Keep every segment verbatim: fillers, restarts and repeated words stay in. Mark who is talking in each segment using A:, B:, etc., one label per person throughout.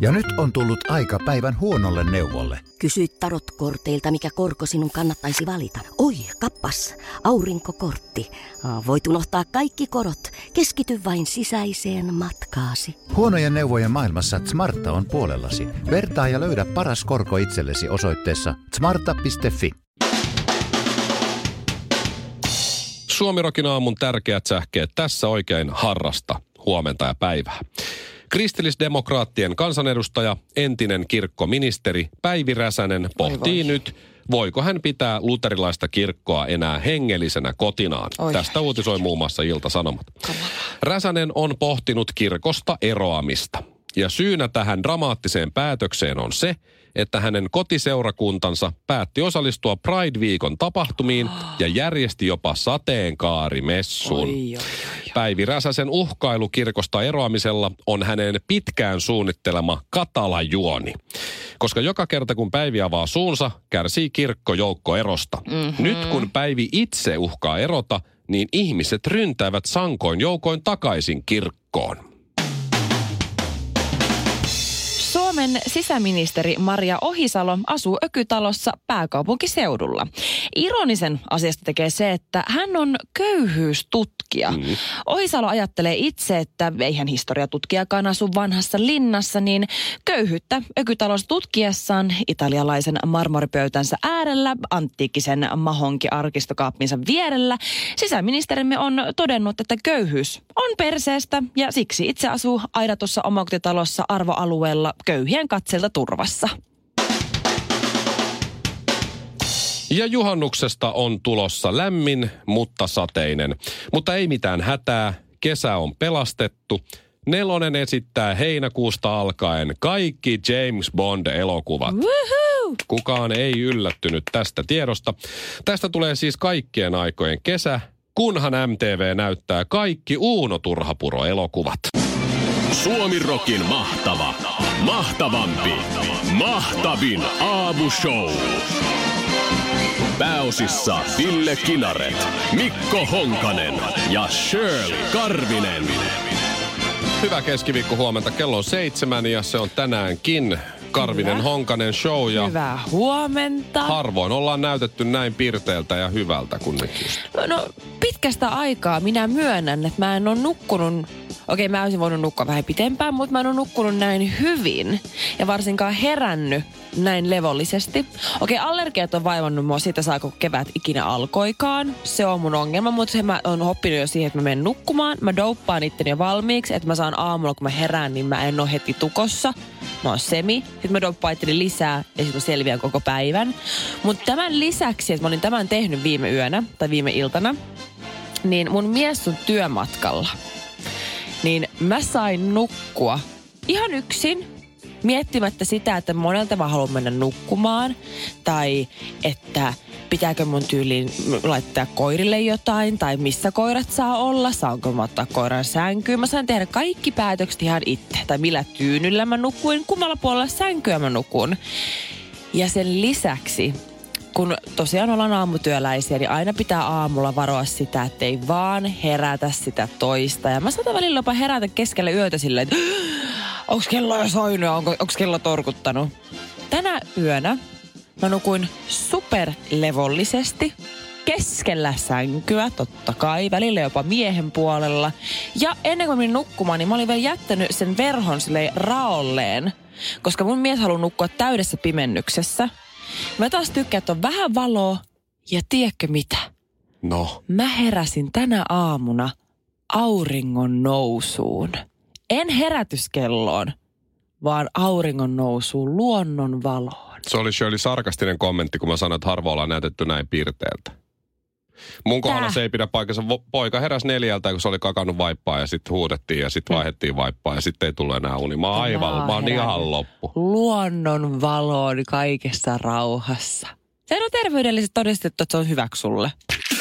A: Ja nyt on tullut aika päivän huonolle neuvolle.
B: Kysy tarotkorteilta, mikä korko sinun kannattaisi valita. Oi, kappas, aurinkokortti. Voit unohtaa kaikki korot. Keskity vain sisäiseen matkaasi.
A: Huonojen neuvojen maailmassa Smarta on puolellasi. Vertaa ja löydä paras korko itsellesi osoitteessa smarta piste fi.
C: Suomirokin aamun tärkeät sähkeet tässä oikein harrasta. Huomenta ja päivää. Kristillisdemokraattien kansanedustaja, entinen kirkkoministeri Päivi Räsänen pohtii nyt, voiko hän pitää luterilaista kirkkoa enää hengellisenä kotinaan. Oi. Tästä uutisoi muun muassa Ilta-Sanomat. Kamala. Räsänen on pohtinut kirkosta eroamista. Ja syynä tähän dramaattiseen päätökseen on se, että hänen kotiseurakuntansa päätti osallistua Pride-viikon tapahtumiin oh. ja järjesti jopa sateenkaarimessun. Oi, oi, oi. Päivi Räsäsen uhkailu kirkosta eroamisella on hänen pitkään suunnittelema katalajuoni. Koska joka kerta kun Päivi avaa suunsa, kärsii kirkko joukkoerosta. Mm-hmm. Nyt kun Päivi itse uhkaa erota, niin ihmiset ryntäävät sankoin joukoin takaisin kirkkoon.
D: Suomen sisäministeri Maria Ohisalo asuu Ökytalossa pääkaupunkiseudulla. Ironisen asiasta tekee se, että hän on köyhyystutkija. Mm. Ohisalo ajattelee itse, että eihän historiatutkijakaan asu vanhassa linnassa, niin köyhyyttä Ökytalossa tutkiessaan italialaisen marmoripöytänsä äärellä, antiikkisen mahonki-arkistokaappinsa vierellä, sisäministerimme on todennut, että köyhyys on perseestä ja siksi itse asuu aidatussa omakotitalossa arvoalueella köyhien katseilta turvassa.
C: Ja juhannuksesta on tulossa lämmin, mutta sateinen. Mutta ei mitään hätää, kesä on pelastettu. Nelonen esittää heinäkuusta alkaen kaikki James Bond-elokuvat.
D: Woohoo!
C: Kukaan ei yllättynyt tästä tiedosta. Tästä tulee siis kaikkien aikojen kesä, kunhan M T V näyttää kaikki Uuno Turhapuro-elokuvat.
E: Suomirokin mahtava, mahtavampi, mahtavin aamushow. Pääosissa Ville Kinaret, Mikko Honkanen ja Shirley Karvinen.
C: Hyvää keskiviikko huomenta, kello on seitsemän ja se on tänäänkin Karvinen Hyvä. Honkanen show. Ja
D: hyvää huomenta.
C: Harvoin ollaan näytetty näin pirteältä ja hyvältä kuin nyt just.
D: No pitkästä aikaa minä myönnän, että mä en ole nukkunut. Okei, mä olisin voinut nukkua vähän pitempään, mutta mä en ole nukkunut näin hyvin. Ja varsinkaan herännyt näin levollisesti. Okei, allergiat on vaivannut mua siitä saa, kun kevät ikinä alkoikaan. Se on mun ongelma, mutta mä oon oppinut jo siihen, että mä menen nukkumaan. Mä douppaan itteni jo valmiiksi, että mä saan aamulla, kun mä herään, niin mä en ole heti tukossa. Mä oon semi. Sitten mä douppaan itteni lisää ja sitten mä selviän koko päivän. Mutta tämän lisäksi, että mä olin tämän tehnyt viime yönä tai viime iltana, niin mun mies on työmatkalla. Niin mä sain nukkua ihan yksin, miettimättä sitä, että monelta mä haluan mennä nukkumaan. Tai että pitääkö mun tyyliin laittaa koirille jotain, tai missä koirat saa olla, saanko mä ottaa koiran sänkyyn. Mä sain tehdä kaikki päätökset ihan itse, tai millä tyynyllä mä nukuin, kummalla puolella sänkyä mä nukun. Ja sen lisäksi, kun tosiaan ollaan aamutyöläisiä, niin aina pitää aamulla varoa sitä, että ei vaan herätä sitä toista. Ja mä saatan välillä jopa herätä keskellä yötä silleen, että onko kello jo soinut ja onko, onko kello torkuttanut. Tänä yönä mä nukuin superlevollisesti keskellä sänkyä, totta kai, välillä jopa miehen puolella. Ja ennen kuin mä menin nukkumaan, niin mä olin vielä jättänyt sen verhon silleen raolleen, koska mun mies haluaa nukkua täydessä pimennyksessä. Mä taas tykkään, että on vähän valoa ja tiedätkö mitä?
C: No.
D: Mä heräsin tänä aamuna auringon nousuun. En herätyskelloon, vaan auringon nousuun, luonnon valoon.
C: Se oli Shirley sarkastinen kommentti, kun mä sanoin, että harvoin ollaan näytetty näin pirteeltä. Mun kohdalla Tää. se ei pidä paikkansa. Poika heräsi neljältä, kun se oli kakannut vaippaa ja sitten huudettiin ja sitten vaihdettiin vaippaa ja sitten ei tullut enää uni. Mä oon aivan, mä oon ihan loppu.
D: Luonnon valoon kaikessa rauhassa. Se on terveydellisesti todistettu, että se on hyväksi sulle.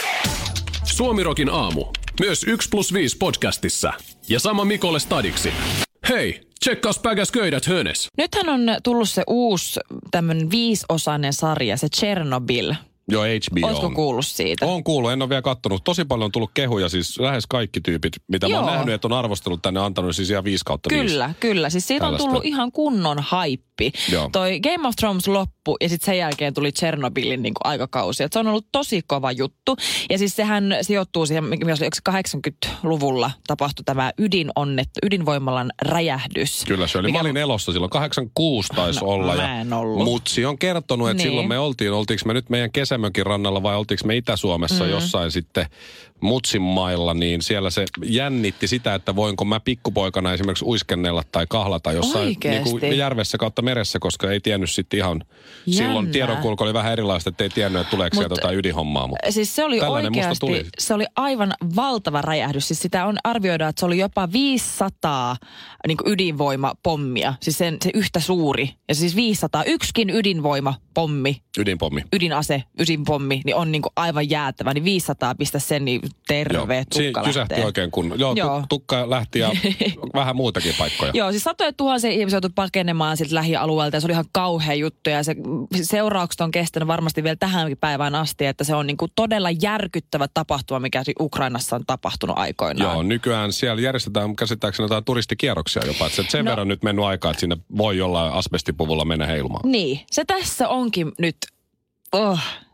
E: Suomirokin aamu. Myös yksi plus viisi podcastissa. Ja sama Mikolle stadiksi. Hei, tsekkaus päkäs köydät hönes.
D: Nythän on tullut se uusi tämmönen viisiosainen sarja, se Chernobyl.
C: Joo, H B O.
D: Ootko kuullut siitä?
C: Oon kuullut, en ole vielä kattonut. Tosi paljon on tullut kehuja, siis lähes kaikki tyypit, mitä Joo. mä oon nähnyt, että on arvostellut tänne antanut siis ihan viisi kautta viisi.
D: Kyllä, kyllä. Siis siitä Tällaista. on tullut ihan kunnon haippi. Joo. Toi Game of Thrones loppu ja sitten sen jälkeen tuli Chernobylin niin kuin aikakausi. Et se on ollut tosi kova juttu. Ja siis sehän sijoittuu siihen, mikä kahdeksankymmentäluvulla tapahtui tämä ydinonnettu, ydinvoimalan räjähdys.
C: Kyllä se oli. Mikä... Mä olin elossa silloin. kahdeksankymmentäkuusi taisi no, olla.
D: Mä en ollut.
C: Mutsi on kertonut, että niin. silloin me oltiin, oltiinko me nyt meidän kesämökin rannalla vai oltiinko me Itä-Suomessa mm. jossain sitten Mutsin mailla, niin siellä se jännitti sitä, että voinko mä pikkupoikana esimerkiksi uiskennella tai kahlata jossain niin kuin järvessä kautta meressä, koska ei tiennyt sitten ihan, Jännä. silloin tiedonkulku oli vähän erilaista, että ei tiennyt, että tuleeko sieltä jotain ydinhommaa. Mutta
D: siis se oli oikeasti, se oli aivan valtava räjähdys. Siis sitä on arvioida, että se oli jopa viisisataa niin kuin ydinvoimapommia, siis sen, se yhtä suuri. Ja siis viisisataa, yksikin ydinvoimapommi.
C: Ydinpommi.
D: Ydinase, ydinpommi, niin on niin kuin aivan jäätävä. Niin viisisataa pistä sen, niin terve, Joo. tukka lähtee. Kysähti oikein kun. Joo, Joo. tukka lähti ja vähän muutakin paikkoja. Joo, siis satoja tuhansia ihmisiä joutui pakenemaan siltä lähialueelta ja se oli ihan kauhea juttu. Ja se seuraukset on kestänyt varmasti vielä tähänkin päivään asti, että se on niin kuin todella järkyttävä tapahtuma, mikä Ukrainassa on tapahtunut aikoinaan.
C: Joo, nykyään siellä järjestetään käsittääkseni jotain turistikierroksia jopa. Että sen no. verran nyt mennyt aikaa, että sinne voi jollain asbestipuvulla mennä heilumaan.
D: Niin, se tässä onkin nyt oh,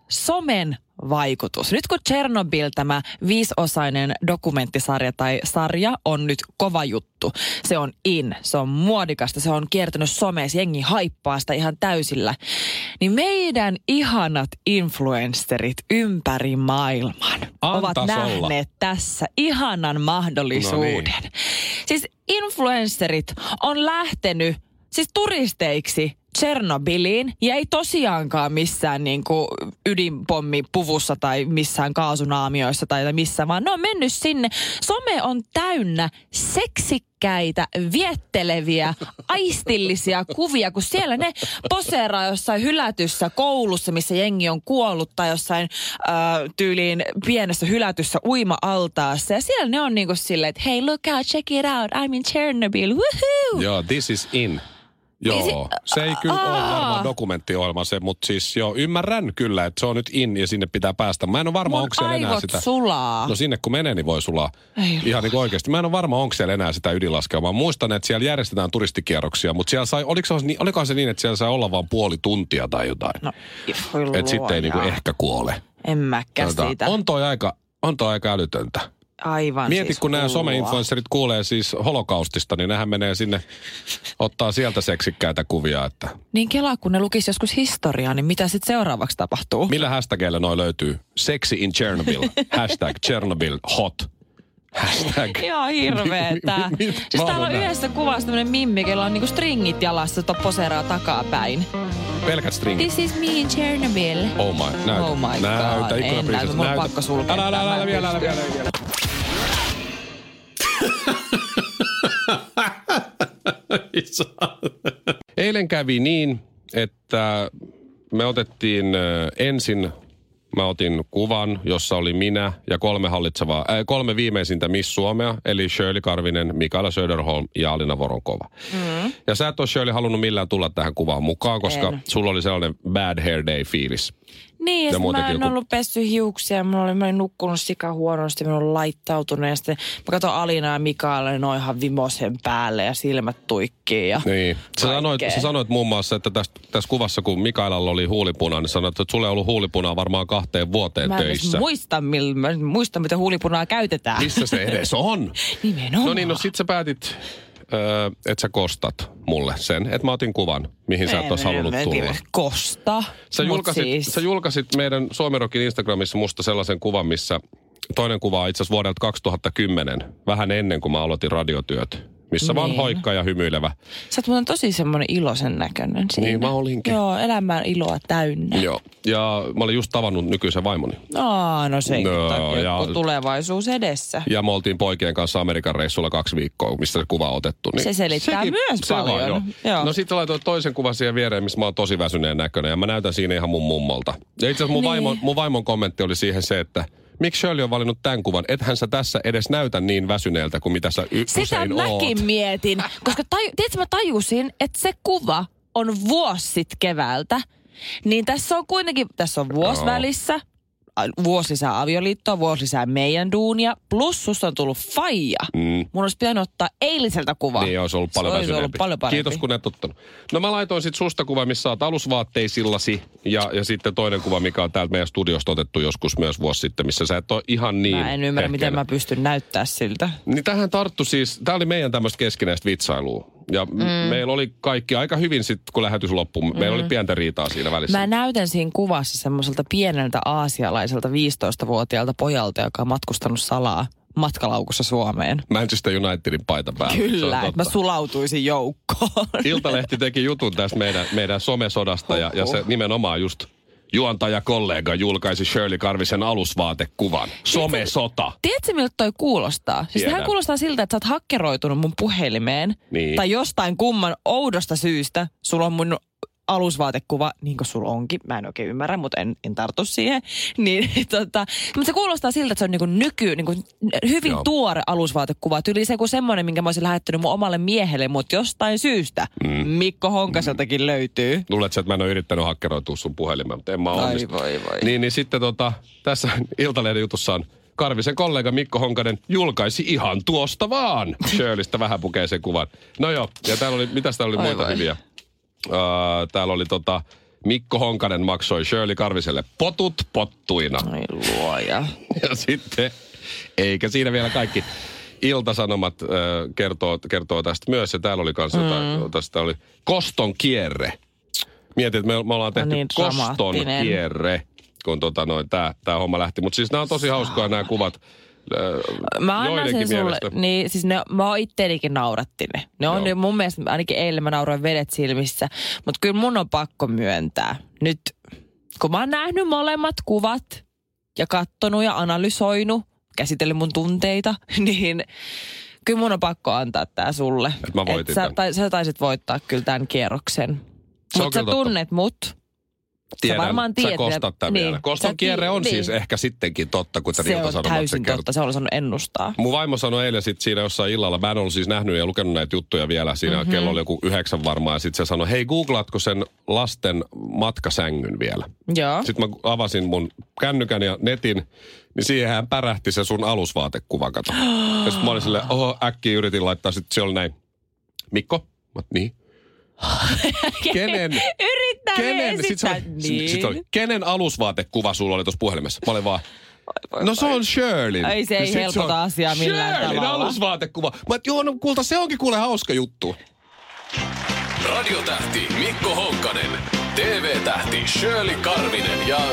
D: somen vaikutus. Nyt kun Chernobyl, tämä viisiosainen dokumenttisarja tai sarja on nyt kova juttu. Se on in, se on muodikasta, se on kiertänyt somessa, jengi haippaa sitä ihan täysillä. Niin meidän ihanat influencerit ympäri maailman
C: Antas
D: ovat nähneet olla. tässä ihanan mahdollisuuden. No niin. Siis influencerit on lähtenyt siis turisteiksi Tchernobyliin ja ei tosiaankaan missään niin kuin ydinpommipuvussa tai missään kaasunaamioissa tai missään, vaan ne on mennyt sinne. Some on täynnä seksikkäitä, vietteleviä, aistillisia kuvia, kun siellä ne poseeraa jossain hylätyssä koulussa, missä jengi on kuollut tai jossain äh, tyyliin pienessä hylätyssä uima-altaassa. Ja siellä ne on niin kuin silleen, että hey, look out, check it out, I'm in Chernobyl, woohoo!
C: Joo, this is in. Joo, se ei kyllä ole varmaan dokumenttiohjelma se, mutta siis joo, ymmärrän kyllä, että se on nyt in ja sinne pitää päästä. Mä en ole varma, onko siellä enää sitä.
D: Sulaa.
C: No sinne kun menee, niin voi sulaa. Ei ihan niin oikeasti. Mä en ole varma, onko siellä enää sitä ydinlaskelmaa. Muistan, että siellä järjestetään turistikierroksia, mutta siellä sai, oliko se, olikohan se niin, että siellä sai olla vaan puoli tuntia tai jotain. No, että sitten ei niinku ehkä kuole.
D: En mäkään siitä.
C: On toi aika, on toi aika älytöntä.
D: Aivan.
C: Mieti,
D: siis
C: kun nämä some-influencerit kuulee siis holokaustista, niin nehän menee sinne, ottaa sieltä seksikkäitä kuvia. Että
D: niin kelaa, kun ne lukisi joskus historiaa, niin mitä sitten seuraavaksi tapahtuu?
C: Millä hashtagillä noi löytyy? Sexy in Chernobyl. Hashtag Chernobyl hot. Hashtag.
D: Joo, hirveetä. Siis täällä on yhdessä kuvassa tämmönen mimmi, kellä on niinku stringit jalassa, jota poseeraa takapäin.
C: Pelkät stringit.
D: This is me in Chernobyl.
C: Oh my, näytä.
D: Oh my god.
C: Näytä,
D: en näytä, mulla on pakko sulkea.
C: Älä, älä, älä, älä, vielä, älä, vielä, vielä. Eilen kävi niin, että me otettiin ensin, mä otin kuvan, jossa oli minä ja kolme hallitsevaa, äh, kolme viimeisintä Miss Suomea, eli Shirley Karvinen, Mikaela Söderholm ja Alina Voronkova. Mm. Ja sä et ole Shirley halunnut millään tulla tähän kuvaan mukaan, koska en. Sulla oli sellainen bad hair day fiilis.
D: Niin, ja, ja mä en ollut pessy hiuksia, mä olin, mä olin nukkunut sika huonosti, mä olin laittautunut ja sitten mä katson Alina ja Mikaela, niin on ihan vimosen päälle ja silmät tuikkii ja
C: niin. Sä sanoit, sä sanoit muun muassa, että tässä, tässä kuvassa, kun Mikaelalla oli huulipuna, niin sanoit, että sulle on ollut huulipunaa varmaan kahteen vuoteen
D: mä
C: töissä.
D: Mä muista, mä en muista, mitä huulipunaa käytetään.
C: Missä se edes on?
D: Nimenomaan.
C: No niin, no sit sä päätit, öö, että sä kostat mulle sen, että mä otin kuvan, mihin sä et olisi halunnut tulla.
D: Kosta.
C: Sä julkaisit, siis. sä julkaisit meidän Suomirokin Instagramissa musta sellaisen kuvan, missä toinen kuva on itse asiassa vuodelta kaksituhattakymmenen, vähän ennen kuin mä aloitin radiotyöt, missä niin. Vaan hoikka ja hymyilevä.
D: Sä oot muuten tosi semmoinen iloisen näköinen siinä.
C: Niin mä olinkin.
D: Joo, elämän iloa täynnä.
C: Joo, ja mä olin just tavannut nykyisen vaimoni.
D: Aa, no senkin
C: no,
D: takia,
C: ja,
D: kun tulevaisuus edessä.
C: Ja me oltiin poikien kanssa Amerikan reissulla kaksi viikkoa, missä se kuva on otettu. Niin
D: se selittää sekin, myös se paljon. On, joo.
C: Joo. No sit laitoin toisen kuvan siihen viereen, missä mä oon tosi väsyneen näköinen, ja mä näytän siinä ihan mun mummolta. Ja itse asiassa mun, niin. vaimon, mun vaimon kommentti oli siihen se, että miksi Shirley on valinnut tämän kuvan? Ethän sä tässä edes näytä niin väsyneeltä kuin mitä sä y-
D: Sitä
C: usein
D: mäkin
C: oot.
D: mietin, koska taj- tiedätkö, mä tajusin, että se kuva on vuosi sit keväältä. Niin tässä on kuitenkin, tässä on vuosi
C: Joo.
D: välissä, vuosi lisää avioliittoa, vuosi lisää meidän duunia, plus susta on tullut faija.
C: Mm.
D: Mun olisi pitänyt ottaa eiliseltä kuvaa.
C: Niin, olisi ollut paljon
D: Se olisi ollut
C: väsyneempi.
D: paljon parempi.
C: Kiitos, kun et ottanut. No mä laitoin sit susta kuva, missä oot alusvaatteisillasi ja, ja sitten toinen kuva, mikä on täältä meidän studiosta otettu joskus myös vuosi sitten, missä sä et ole ihan niin
D: Mä en ymmärrä,
C: ehkeellä.
D: miten mä pystyn näyttää siltä.
C: Niin tähän tarttu siis, tää oli meidän tämmöistä keskinäistä vitsailua. Ja mm. meillä oli kaikki aika hyvin sitten, kun lähetys loppui. Mm. Meillä oli pientä riitaa siinä välissä.
D: Mä näytän siinä kuvassa semmoiselta pieneltä aasialaiselta viisitoistavuotiaalta pojalta, joka on matkustanut salaa matkalaukussa Suomeen.
C: Manchester Unitedin paita päällä.
D: Kyllä, että mä sulautuisin joukkoon.
C: Iltalehti teki jutun tästä meidän, meidän somesodasta ja, ja se nimenomaan just juontajakollega julkaisi Shirley Karvisen alusvaatekuvan. Somesota.
D: Tiedätkö, miltä toi kuulostaa? Siis
C: Tiedän.
D: tähän kuulostaa siltä, että sä oot hakkeroitunut mun puhelimeen.
C: Niin.
D: Tai jostain kumman oudosta syystä sulla on mun alusvaatekuva, niin kuin sulla onkin. Mä en oikein ymmärrä, mutta en, en tartu siihen. Niin, tota, mutta se kuulostaa siltä, että se on niin kuin nyky, niin kuin hyvin
C: Joo.
D: tuore alusvaatekuva. Tyli se kuin semmoinen, minkä mä olisin lähettänyt mun omalle miehelle, mutta jostain syystä mm. Mikko Honkaseltakin mm. löytyy.
C: Luulet, että mä en ole yrittänyt hakkeroitua sun puhelimeen, mutta en mä
D: Ai
C: onnistu.
D: voi voi.
C: Niin, niin sitten tota, tässä Iltalehden jutussa on Karvisen kollega Mikko Honkanen julkaisi ihan tuosta vaan. Shirleystä vähän pukee sen kuvan. No joo, ja täällä oli, mitäs täällä oli
D: Ai
C: muita
D: vai.
C: hyviä? Uh, täällä oli tota, Mikko Honkanen maksoi Shirley Karviselle potut pottuina.
D: Ai luoja.
C: Ja sitten, eikä siinä vielä kaikki. Iltasanomat äh, kertoo, kertoo tästä myös, ja täällä oli kanssa mm. jotain, tästä oli koston kierre. Mietin, että me, me ollaan tehty
D: niin
C: koston
D: dramaattinen.
C: kierre, kun tota noin, tää, tää homma lähti. Mutta siis nämä on tosi hauskoja nämä kuvat. Äh,
D: Mä annan sen
C: joidenkin
D: sulle,
C: mielestä.
D: niin siis ne, mä oon itteenikin nauratti ne. Ne on
C: Joo.
D: ne, mun mielestä, ainakin eilen mä nauroin vedet silmissä. Mutta kyllä mun on pakko myöntää. Nyt, kun mä oon nähnyt molemmat kuvat ja kattonut ja analysoinut, käsitellyt mun tunteita, niin kyllä mun on pakko antaa tää sulle.
C: Et mä voitin
D: Et sä,
C: tän.
D: tai, sä taisit voittaa kyllä tämän kierroksen.
C: Se on
D: Mutta sä
C: kyllä totta.
D: tunnet mut.
C: Tiedän,
D: sä varmaan tiedät.
C: sä kostat tämän
D: niin,
C: vielä. Koston
D: sä
C: kierre on
D: ti-
C: siis
D: niin.
C: ehkä sittenkin totta, kuten
D: Se on
C: Ilta-Sanomat
D: täysin
C: kertoo.
D: totta, se on osannut ennustaa.
C: Mun vaimo sanoi eilen sit siinä jossain illalla, mä en ollut siis nähnyt ja lukenut näitä juttuja vielä, siinä mm-hmm. kello oli joku yhdeksän varmaan, ja sitten se sanoi, hei googlaatko sen lasten matkasängyn vielä?
D: Joo.
C: Sitten mä avasin mun kännykän ja netin, niin siihenhän pärähti se sun alusvaatekuva, kato. Ja sitten mä olin silleen, oho, äkkiä yritin laittaa, sitten se oli näin, Mikko? Mä, niin. Kenen?
D: Yrittää
C: Kenen? Sitten se
D: esittää.
C: oli,
D: Niin.
C: sit se oli, kenen alusvaatekuva sulla oli tuossa puhelimessa? Mä olin vaan,
D: Voi,
C: no se on Shirley.
D: Ai, se ei helpota asiaa millään
C: Shirleyn
D: tavalla.
C: alusvaatekuva. Mä et, joo, no kulta, se onkin kuule hauska juttu.
E: Radiotähti Mikko Honkanen, T V-tähti Shirley Karvinen ja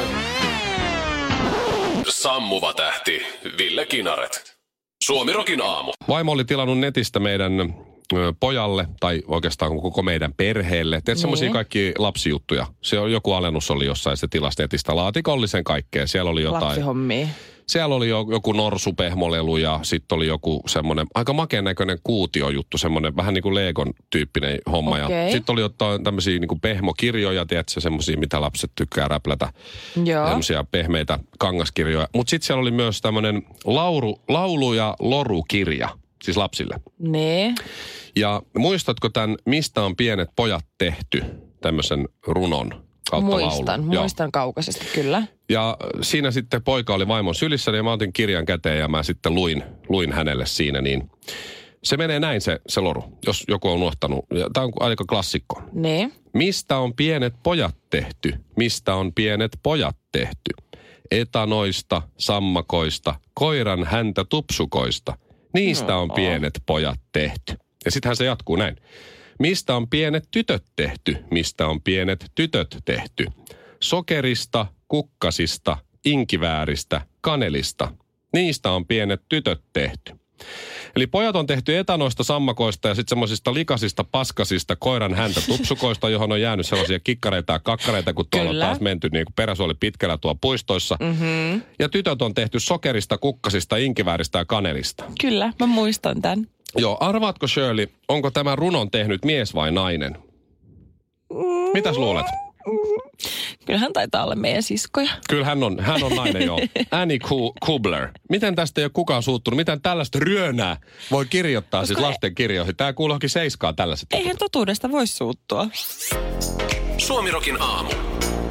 E: sammuva tähti Ville Kinaret. Suomirokin aamu.
C: Vaimo oli tilannut netistä meidän ö, pojalle, tai oikeastaan koko meidän perheelle. Teet semmoisia kaikki lapsijuttuja. Se on, joku alennus oli jossain, se tilasi netistä laatikollisen kaikkea. Siellä oli jotain.
D: Lapsihommia.
C: Siellä oli jo, joku norsupehmolelu ja sitten oli joku semmoinen aika makeen näköinen kuutiojuttu, semmoinen vähän niin kuin Legon tyyppinen homma.
D: Okei.
C: Ja sitten oli jotain tämmöisiä niin kuin pehmokirjoja, tiedätkö, semmoisia, mitä lapset tykkää räplätä.
D: Joo.
C: Semmoisia pehmeitä kangaskirjoja. Mutta sitten siellä oli myös tämmöinen lauru, laulu- ja lorukirja, siis lapsille.
D: Nee.
C: Ja muistatko tämän, mistä on pienet pojat tehty, tämmöisen runon kautta
D: Muistan,
C: laulun? Joo.
D: muistan kaukaisesti, kyllä.
C: Ja siinä sitten poika oli vaimon sylissä ja mä otin kirjan käteen ja mä sitten luin, luin hänelle siinä. Niin se menee näin se, se loru, jos joku on unohtanut. Tämä on aika klassikko.
D: Nee.
C: Mistä on pienet pojat tehty? Mistä on pienet pojat tehty? Etanoista, sammakoista, koiran häntä tupsukoista. Niistä on pienet pojat tehty. Ja sittenhän se jatkuu näin. Mistä on pienet tytöt tehty? Mistä on pienet tytöt tehty? Sokerista, kukkasista, inkivääristä, kanelista. Niistä on pienet tytöt tehty. Eli pojat on tehty etanoista, sammakoista ja sitten semmoisista likasista, paskasista koiran häntä tupsukoista, johon on jäänyt sellaisia kikkareita ja kakkareita, kun tuolla on
D: Kyllä.
C: taas menty niin kuin peräsuoli pitkällä tuo puistoissa. Mm-hmm. Ja tytöt on tehty sokerista, kukkasista, inkivääristä ja kanelista.
D: Kyllä, mä muistan tämän.
C: Joo, arvaatko Shirley, onko tämä runon tehnyt mies vai nainen? Mitäs luulet?
D: Kyllähän taitaa olla meidän siskoja.
C: Kyllä hän on, hän on nainen, joo. Annie Ku- Kubler. Miten tästä ei ole kukaan suuttunut? Miten tällaista ryönää voi kirjoittaa Koska siis lasten kirjoihin? Tämä kuuluu johonkin seiskaan tällaiset.
D: Eihän totuudesta voi suuttua.
E: Suomirokin aamu.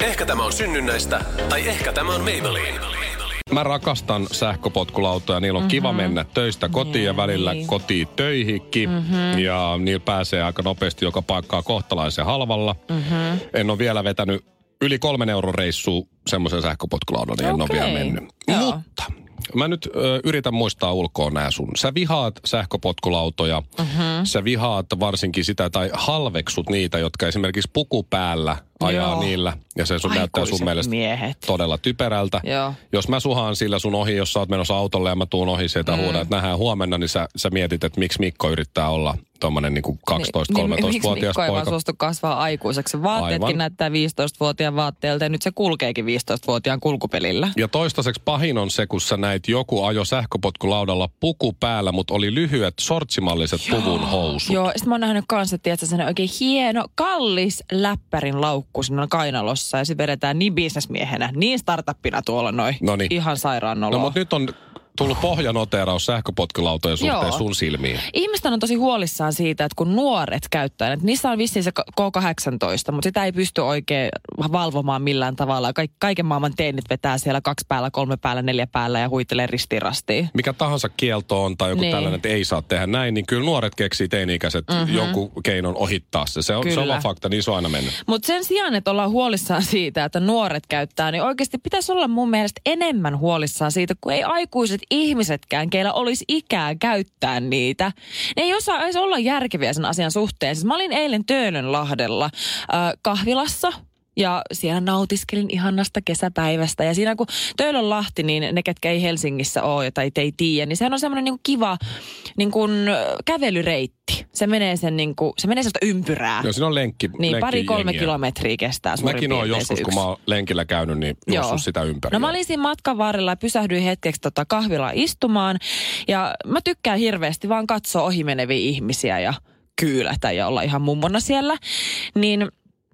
E: Ehkä tämä on synnynnäistä, tai ehkä tämä on Maybelline.
C: Mä rakastan sähköpotkulautoja. Niillä on mm-hmm. kiva mennä töistä kotiin ja välillä
D: niin.
C: kotiin töihinkin. Mm-hmm. Ja niillä pääsee aika nopeasti joka paikkaa kohtalaisen halvalla. Mm-hmm. En ole vielä vetänyt yli kolmen euron reissua semmoisen sähköpotkulaudan, niin okay. en ole vielä mennyt. Joo. Mutta mä nyt ö, yritän muistaa ulkoa nää sun. Sä vihaat sähköpotkulautoja. Mm-hmm. Sä vihaat varsinkin sitä tai halveksut niitä, jotka esimerkiksi puku päällä ajaa Joo. niillä. Ja se sun
D: Aikuiset
C: näyttää sun mielestä
D: miehet.
C: todella typerältä. Joo. Jos mä suhaan sillä sun ohi, jos sä oot menossa autolle ja mä tuun ohi sieltä mm. huudan, että nähdään huomenna, niin sä, sä mietit, että miksi Mikko yrittää olla tommonen niinku kaksitoista-kolmetoista-vuotias
D: niin, Mikko ei
C: poika.
D: vaan suostu kasvaa aikuiseksi. Vaatteetkin
C: Aivan.
D: näyttää viisitoistavuotiaan vaatteelta ja nyt se kulkeekin viisitoistavuotiaan kulkupelillä.
C: Ja toistaiseksi pahin on se, kun sä näit joku ajo sähköpotkulaudalla puku päällä, mutta oli lyhyet sortsimalliset puvun housut.
D: Joo, sit mä oon nähnyt kanssa, että se on oikein hieno, kallis läppärin laukku siinä kainalossa ja sit vedetään niin bisnesmiehenä, niin startuppina tuolla noin.
C: Noniin.
D: Ihan sairaan noloa.
C: No mutta nyt on tullut pohjanoteraus sähköpotkulautojen suhteen
D: Joo.
C: sun silmiin.
D: Ihmiset on tosi huolissaan siitä, että kun nuoret käyttää, että niissä on vissiin se K kahdeksantoista, mutta sitä ei pysty oikein valvomaan millään tavalla. Kaik- kaiken maailman teinit vetää siellä kaksi päällä, kolme päällä, neljä päällä ja huitelee ristirastiin.
C: Mikä tahansa kielto on tai joku niin. tällainen, että ei saa tehdä näin, niin kyllä nuoret keksii teini-ikäiset mm-hmm. jonkun keinon ohittaa se. Se on, se on vaan fakta, niin se on aina mennyt. Mutta
D: sen sijaan, että ollaan huolissaan siitä, että nuoret käyttää, niin oikeasti pitäisi olla mun mielestä enemmän huolissaan siitä, kun ei aikuiset ihmisetkään, keillä olisi ikää käyttää niitä. Ne ei osaa edes olla järkeviä sen asian suhteen. Siis mä olin eilen Töölönlahdella äh, kahvilassa ja siellä nautiskelin ihannasta kesäpäivästä. Ja siinä kun Töölönlahti, niin ne, ketkä ei Helsingissä ole tai ei tiedä, niin sehän on semmoinen niin kiva niin kuin kävelyreitti. Se menee sen niin kuin, se menee sellaista ympyrää.
C: Joo, siinä on lenkki.
D: Niin, pari-kolme
C: jengiä.
D: kilometriä kestää suurin
C: Mäkin oon joskus,
D: yksi.
C: kun mä oon lenkillä käynyt, niin juossut sitä ympäri.
D: No mä olin siinä matkan varrella ja pysähdyin hetkeksi tota kahvilaa istumaan. Ja mä tykkään hirveästi vaan katsoa ohimeneviä ihmisiä ja kyylätä ja olla ihan mummona siellä. Niin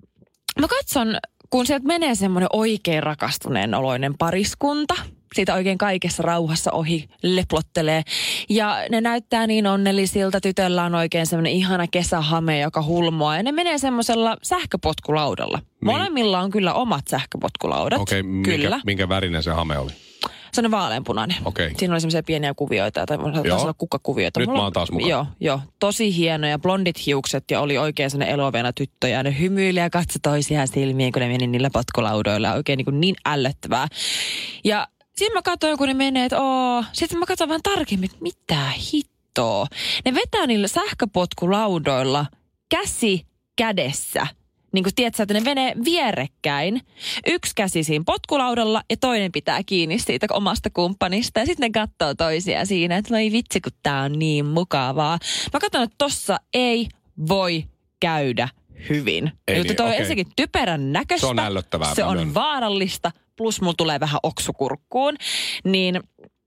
D: mä katson, kun sieltä menee semmoinen oikein rakastuneen oloinen pariskunta. Siitä oikein kaikessa rauhassa ohi leplottelee. Ja ne näyttää niin onnellisilta. Tytöllä on oikein semmoinen ihana kesähame, joka hulmoaa. Ja ne menee semmoisella sähköpotkulaudalla. Niin. Molemmilla on kyllä omat sähköpotkulaudat.
C: Okei, okay, minkä, minkä värinen se hame oli?
D: Se on vaaleanpunainen.
C: Okay.
D: Siinä oli semmoisia pieniä kuvioita, tai taisi olla kukkakuvioita.
C: Nyt
D: Mulla,
C: mä oon taas mukana.
D: Joo, joo. Tosi hienoja, blondit hiukset ja oli oikein sellainen elovena tyttö. Ja ne hymyili ja katsoi toisiaan silmiin, kun ne meni niillä potkulaudoilla. Oikein niin, kuin niin ällöttävää. Ja sitten mä katsoin, kun ne menee, että oo. Sitten mä katsoin vähän tarkemmin, että mitä hittoa. Ne vetää niillä sähköpotkulaudoilla käsi kädessä. Niin kuin tiedätkö, että ne menee vierekkäin. Yksi käsi siinä potkulaudalla ja toinen pitää kiinni siitä omasta kumppanista. Ja sitten ne katsoo toisiaan siinä, että voi vitsi, kun tää on niin mukavaa. Mä katson, että tossa ei voi käydä hyvin.
C: Ei
D: niin, toi on
C: okay.
D: ensinnäkin typerän näköistä.
C: Se on ällöttävää.
D: Se on vaarallista. Plus mulla tulee vähän oksukurkkuun. Niin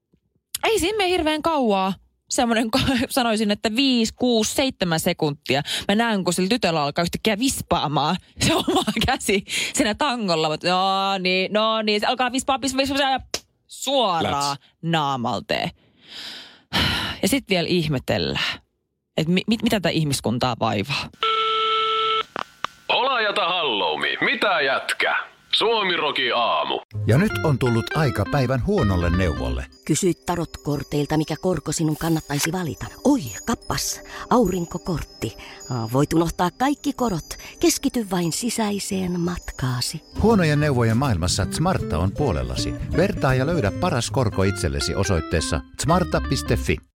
D: ei siinä mene hirveän kauaa. Semmoinen, sanoisin, että viisi, kuusi, seitsemän sekuntia. Mä näen, kun sillä tytöllä alkaa yhtäkkiä vispaamaan se oma käsi siinä tangolla. Mutta no niin, no niin, se alkaa vispaa, vispaa, vispaa ja suoraan Läts. naamalteen. Ja sitten vielä ihmetellään, että mi- mit, mitä tätä ihmiskuntaa vaivaa.
E: Olajata halloumi, mitä jätkä? Suomirokin aamu.
A: Ja nyt on tullut aika päivän huonolle neuvolle.
B: Kysy tarotkorteilta, mikä korko sinun kannattaisi valita. Oi, kappas, aurinkokortti. Voit unohtaa kaikki korot. Keskity vain sisäiseen matkaasi.
A: Huonojen neuvojen maailmassa Smarta on puolellasi. Vertaa ja löydä paras korko itsellesi osoitteessa smarta piste fi.